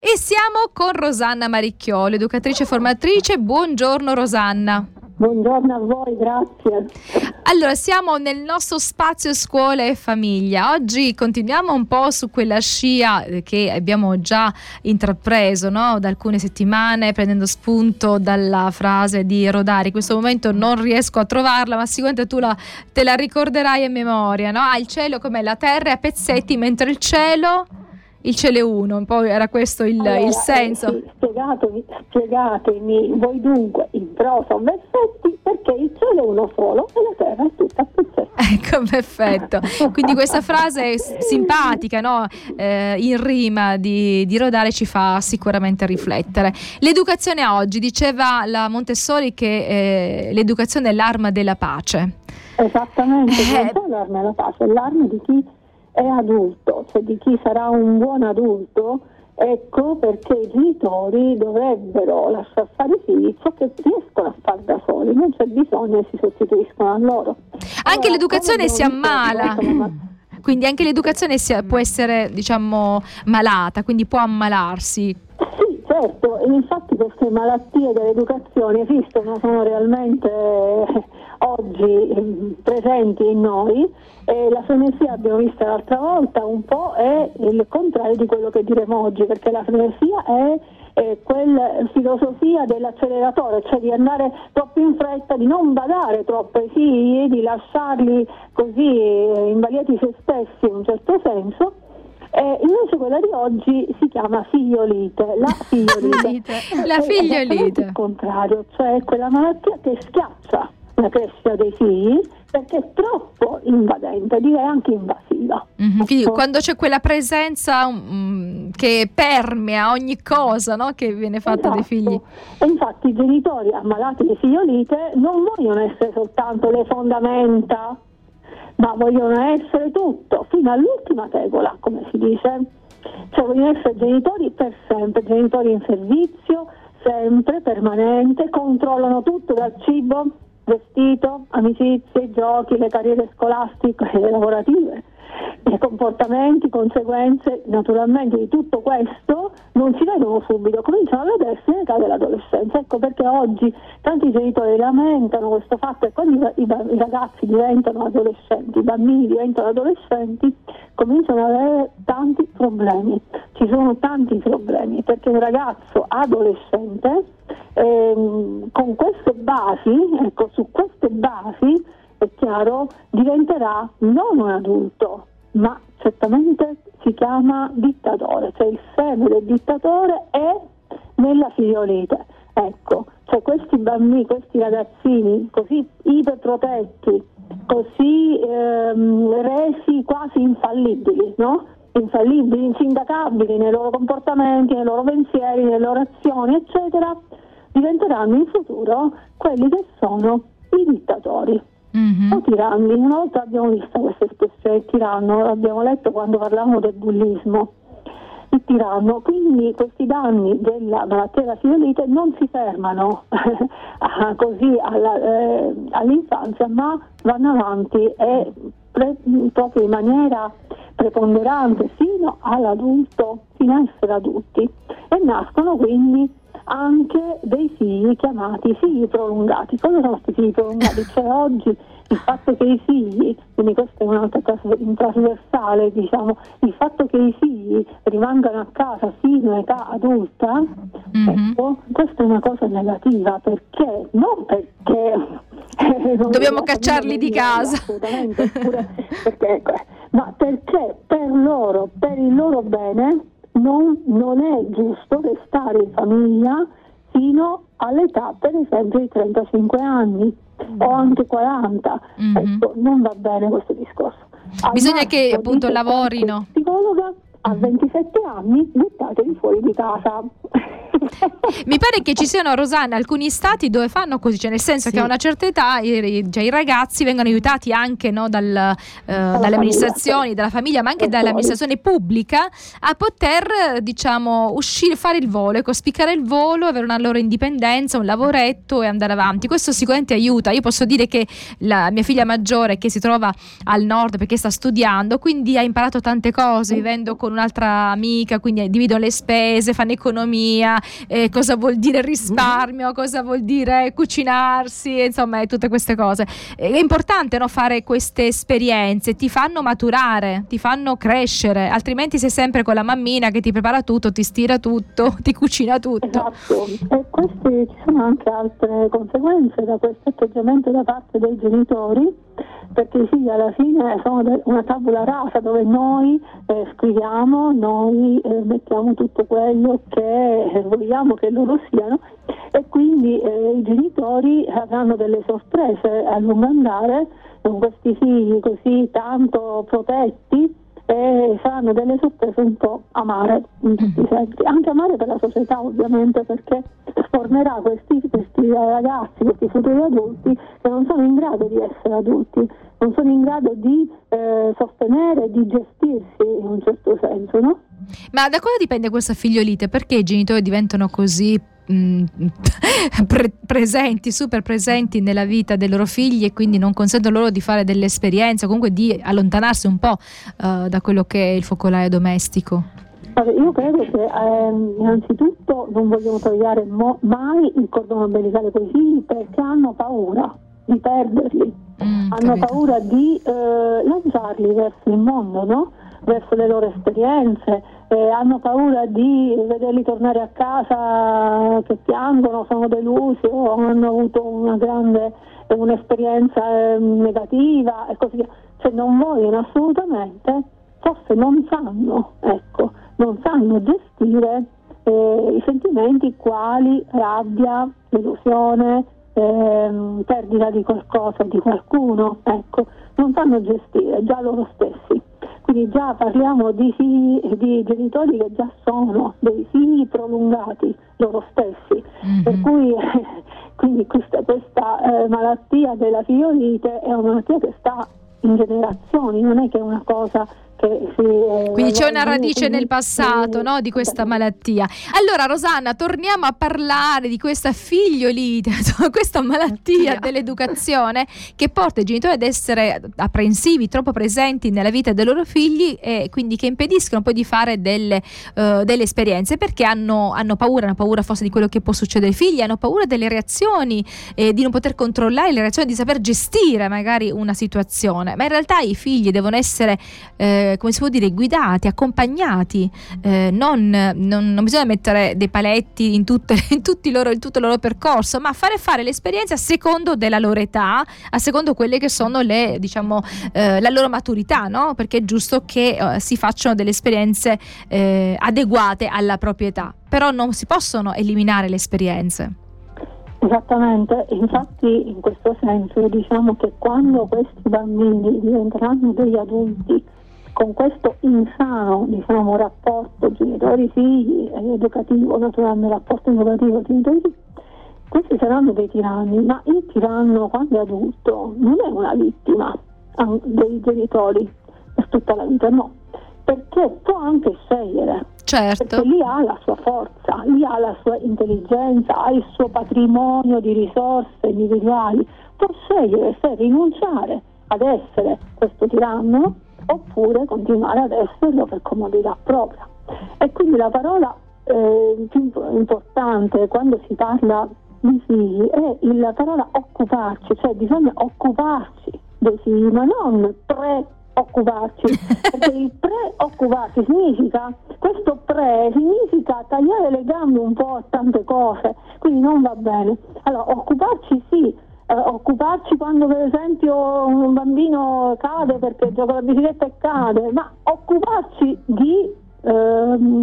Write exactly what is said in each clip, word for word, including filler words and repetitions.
E siamo con Rosanna Maricchiolo, educatrice e formatrice. Buongiorno Rosanna. Buongiorno a voi, grazie. Allora, siamo nel nostro spazio scuola e famiglia. Oggi continuiamo un po' su quella scia che abbiamo già intrapreso, no? Da alcune settimane, prendendo spunto dalla frase di Rodari. In questo momento non riesco a trovarla, ma sicuramente tu la, te la ricorderai a memoria, no? Ah, il cielo come la terra è a pezzetti, mentre il cielo... Il cielo è uno, un po' era questo il, allora, il senso. Eh sì, spiegatemi, spiegatemi voi dunque in prosa o versetti perché il cielo è uno solo e la terra è tutta a pezzetti. Ecco, perfetto. Quindi questa frase simpatica, no? eh, in rima di, di Rodari ci fa sicuramente riflettere. L'educazione oggi, diceva la Montessori che eh, l'educazione è l'arma della pace. Esattamente, Eh, non è l'arma della pace, è l'arma di chi è adulto, cioè di chi sarà un buon adulto. Ecco perché i genitori dovrebbero lasciar fare i figli ciò che riescono a fare da soli, non c'è bisogno che si sostituiscono a loro. Anche allora, l'educazione si ammala, quindi anche l'educazione si, può essere, diciamo, malata, quindi può ammalarsi. Sì, certo, e infatti queste malattie dell'educazione esistono, sono realmente eh, oggi eh, presenti in noi, e la frenesia, abbiamo visto l'altra volta, un po' è il contrario di quello che diremo oggi, perché la frenesia è eh, quella filosofia dell'acceleratore, cioè di andare troppo in fretta, di non badare troppo ai figli, di lasciarli così eh, invagliati se stessi in un certo senso. Eh, invece quella di oggi si chiama figliolite, la figliolite. La figliolite. È il contrario, cioè quella malattia che schiaccia la crescita dei figli perché è troppo invadente, direi anche invasiva. Mm-hmm. Quindi Ecco. quando c'è quella presenza um, che permea ogni cosa, no? Che viene fatta Esatto. dai figli. E infatti i genitori ammalati di figliolite non vogliono essere soltanto le fondamenta, ma vogliono essere tutto, fino all'ultima tegola, come si dice. Cioè vogliono essere genitori per sempre, genitori in servizio, sempre, permanente, controllano tutto, dal cibo, vestito, amicizie, giochi, le carriere scolastiche e lavorative, i comportamenti, conseguenze, naturalmente di tutto questo non si vedono subito, cominciano a vedersi nell'età dell'adolescenza. Ecco perché oggi tanti genitori lamentano questo fatto, e quando i, i, i ragazzi diventano adolescenti, i bambini diventano adolescenti, cominciano ad avere tanti problemi. Ci sono tanti problemi perché un ragazzo adolescente ehm, con queste basi, ecco, su queste basi è chiaro, diventerà non un adulto, ma certamente si chiama dittatore, cioè il seme del dittatore è nella figliolite. Ecco, cioè questi bambini, questi ragazzini così iperprotetti, così ehm, resi quasi infallibili, no? Infallibili, insindacabili nei loro comportamenti, nei loro pensieri, nelle loro azioni, eccetera, diventeranno in futuro quelli che sono i dittatori. Mm-hmm. O tiranni. Una volta abbiamo visto questa espressione, tiranno, l'abbiamo letto quando parlavamo del bullismo, il tiranno. Quindi questi danni della malattia della figliolite non si fermano così alla, eh, all'infanzia, ma vanno avanti e pre, proprio in maniera preponderante fino all'adulto, fino a essere adulti, e nascono quindi anche dei figli chiamati figli prolungati. Cosa sono questi figli prolungati? Cioè oggi il fatto che i figli, quindi questa è un'altra cosa in trasversale, diciamo, il fatto che i figli rimangano a casa fino all'età adulta, mm-hmm. ecco, questa è una cosa negativa, perché non perché eh, non dobbiamo cacciarli di casa, assolutamente, pure perché, ecco, ma perché per loro, per il loro bene, Non, non è giusto restare in famiglia fino all'età, per esempio, di trentacinque anni mm. o anche quaranta. Mm-hmm. Ecco, non va bene questo discorso. Al Bisogna che appunto lavorino. Psicologa a ventisette anni, buttatevi fuori di casa. Mi pare che ci siano, Rosanna, alcuni stati dove fanno così, cioè nel senso Sì. che a una certa età i, cioè, i ragazzi vengono aiutati anche, no, dal, eh, dalle amministrazioni, dalla famiglia, ma anche dall'amministrazione pubblica a poter, diciamo, uscire, fare il volo, ecco, spiccare il volo, avere una loro indipendenza, un lavoretto e andare avanti. Questo sicuramente aiuta. Io posso dire che la mia figlia maggiore, che si trova al nord perché sta studiando, quindi ha imparato tante cose vivendo con un'altra amica, quindi dividono le spese, fanno economia, eh, cosa vuol dire risparmio, cosa vuol dire cucinarsi, insomma, tutte queste cose. È importante, no, fare queste esperienze, ti fanno maturare, ti fanno crescere, altrimenti sei sempre con la mammina che ti prepara tutto, ti stira tutto, ti cucina tutto. Esatto, e queste, ci sono anche altre conseguenze da questo atteggiamento da parte dei genitori, perché i figli alla fine sono de- una tabula rasa dove noi eh, scriviamo, noi eh, mettiamo tutto quello che eh, vogliamo che loro siano, e quindi eh, i genitori avranno delle sorprese a lungo andare con questi figli così tanto protetti, e saranno delle sorprese un po' amare in tutti i sensi, anche amare per la società ovviamente, perché formerà questi, questi ragazzi, questi futuri adulti che non sono in grado di essere adulti, non sono in grado di eh, sostenere, di gestirsi in un certo senso, no? Ma da cosa dipende questa figliolite? Perché i genitori diventano così mh, pre- presenti, super presenti nella vita dei loro figli, e quindi non consentono loro di fare delle esperienze, comunque di allontanarsi un po' uh, da quello che è il focolaio domestico? Io credo che ehm, innanzitutto non vogliono togliere mo- mai il cordone ombelicale con i figli, perché hanno paura di perderli, mm, hanno capito. paura di eh, lanciarli verso il mondo, no? Verso le loro esperienze, eh, hanno paura di vederli tornare a casa che piangono, sono delusi o hanno avuto una grande eh, un'esperienza eh, negativa e così via. Cioè non vogliono assolutamente, forse non sanno, ecco, non sanno gestire eh, i sentimenti quali rabbia, delusione, ehm, perdita di qualcosa, di qualcuno, ecco, non sanno gestire già loro stessi. Quindi già parliamo di figli, di genitori che già sono dei figli prolungati loro stessi, mm-hmm. per cui quindi questa, questa eh, malattia della figliolite è una malattia che sta in generazioni, non è che è una cosa che si, eh, quindi c'è una radice nel passato, no, di questa malattia. Allora Rosanna, torniamo a parlare di questa figliolite, questa malattia dell'educazione che porta i genitori ad essere apprensivi, troppo presenti nella vita dei loro figli, e quindi che impediscono poi di fare delle, uh, delle esperienze, perché hanno, hanno paura, hanno paura forse di quello che può succedere ai figli, hanno paura delle reazioni, eh, di non poter controllare le reazioni, di saper gestire magari una situazione, ma in realtà i figli devono essere eh, come si può dire, guidati, accompagnati, eh, non, non, non bisogna mettere dei paletti in, tutte, in, tutti i loro, in tutto il loro percorso, ma fare fare l'esperienza a secondo della loro età, a secondo quelle che sono le, diciamo, eh, la loro maturità, no? Perché è giusto che eh, si facciano delle esperienze eh, adeguate alla propria età, però non si possono eliminare le esperienze. Esattamente, infatti in questo senso diciamo che quando questi bambini diventeranno degli adulti con questo insano, diciamo, rapporto genitori-figli, educativo, naturalmente rapporto educativo genitori-figli, questi saranno dei tiranni, ma il tiranno quando è adulto non è una vittima dei genitori per tutta la vita, no, perché può anche scegliere, certo. Perché lì ha la sua forza, lì ha la sua intelligenza, ha il suo patrimonio di risorse individuali, può scegliere se rinunciare ad essere questo tiranno oppure continuare ad esserlo per comodità propria. E quindi la parola eh, più importante quando si parla di figli è la parola occuparci, cioè bisogna occuparci dei figli, ma non preoccuparci, perché il preoccuparci significa, questo pre significa tagliare le gambe un po' a tante cose, quindi non va bene. Allora, occuparci sì, Uh, occuparci quando per esempio un bambino cade perché gioca la bicicletta e cade, ma occuparci di ehm,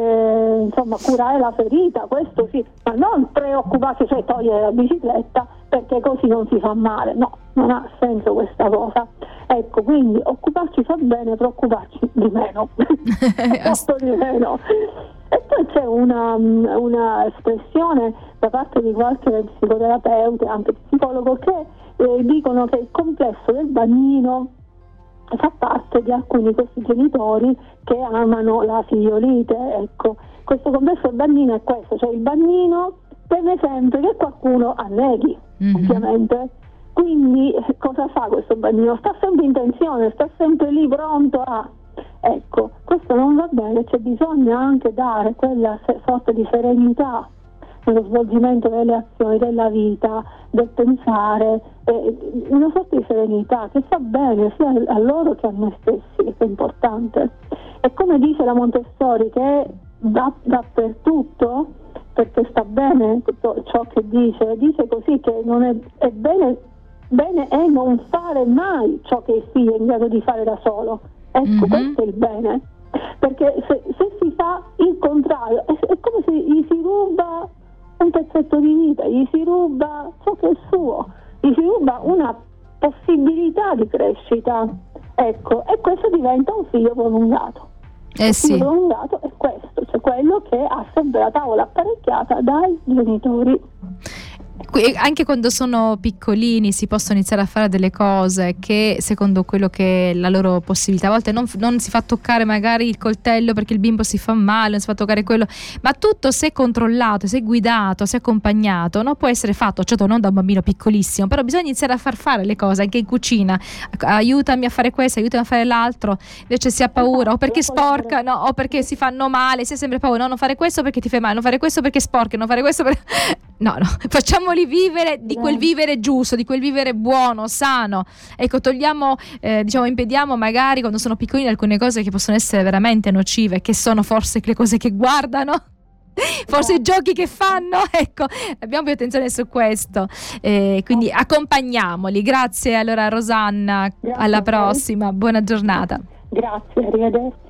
eh, insomma curare la ferita, questo sì, ma non preoccuparci, cioè togliere la bicicletta perché così non si fa male, no, non ha senso questa cosa. Ecco, quindi occuparci fa bene, preoccuparci di meno, molto di meno. E poi c'è un una, una espressione da parte di qualche psicoterapeuta, anche psicologo, che eh, dicono che il complesso del bagnino fa parte di alcuni di questi genitori che amano la figliolite. Ecco, questo complesso del bagnino è questo, cioè il bagnino teme sempre che qualcuno anneghi, mm-hmm. ovviamente. Quindi cosa fa questo bagnino? Sta sempre in tensione, sta sempre lì pronto a... Ecco, questo non va bene, c'è bisogno anche dare quella sorta di serenità nello svolgimento delle azioni, della vita, del pensare, eh, una sorta di serenità che fa bene sia a loro che a noi stessi, che è importante. E come dice la Montessori, che è da, dappertutto, perché sta bene tutto ciò che dice, dice così che non è, è bene, bene è non fare mai ciò che il figlio è in grado di fare da solo. Ecco, mm-hmm. questo è il bene, perché se, se si fa il contrario è, è come se gli si ruba un pezzetto di vita, gli si ruba ciò che è suo, gli si ruba una possibilità di crescita. Ecco, e questo diventa un figlio prolungato. Eh il sì. figlio prolungato è questo, cioè quello che ha sempre la tavola apparecchiata dai genitori. Anche quando sono piccolini si possono iniziare a fare delle cose che secondo quello che è la loro possibilità, a volte non, non si fa toccare magari il coltello perché il bimbo si fa male, non si fa toccare quello, ma tutto se controllato, se guidato, se accompagnato, no? Può essere fatto, certo non da un bambino piccolissimo, però bisogna iniziare a far fare le cose anche in cucina, aiutami a fare questo, aiutami a fare l'altro, invece si ha paura o perché sporca, no? O perché si fanno male, si ha sempre paura, no, non fare questo perché ti fai male, non fare questo perché sporca, non fare questo perché... no no, facciamoli vivere di quel vivere giusto, di quel vivere buono, sano. Ecco, togliamo, eh, diciamo, impediamo magari quando sono piccolini alcune cose che possono essere veramente nocive, che sono forse le cose che guardano, forse i giochi che fanno. Ecco, abbiamo più attenzione su questo, eh, quindi accompagniamoli. Grazie allora Rosanna, Grazie, alla prossima, buona giornata. Grazie, arrivederci.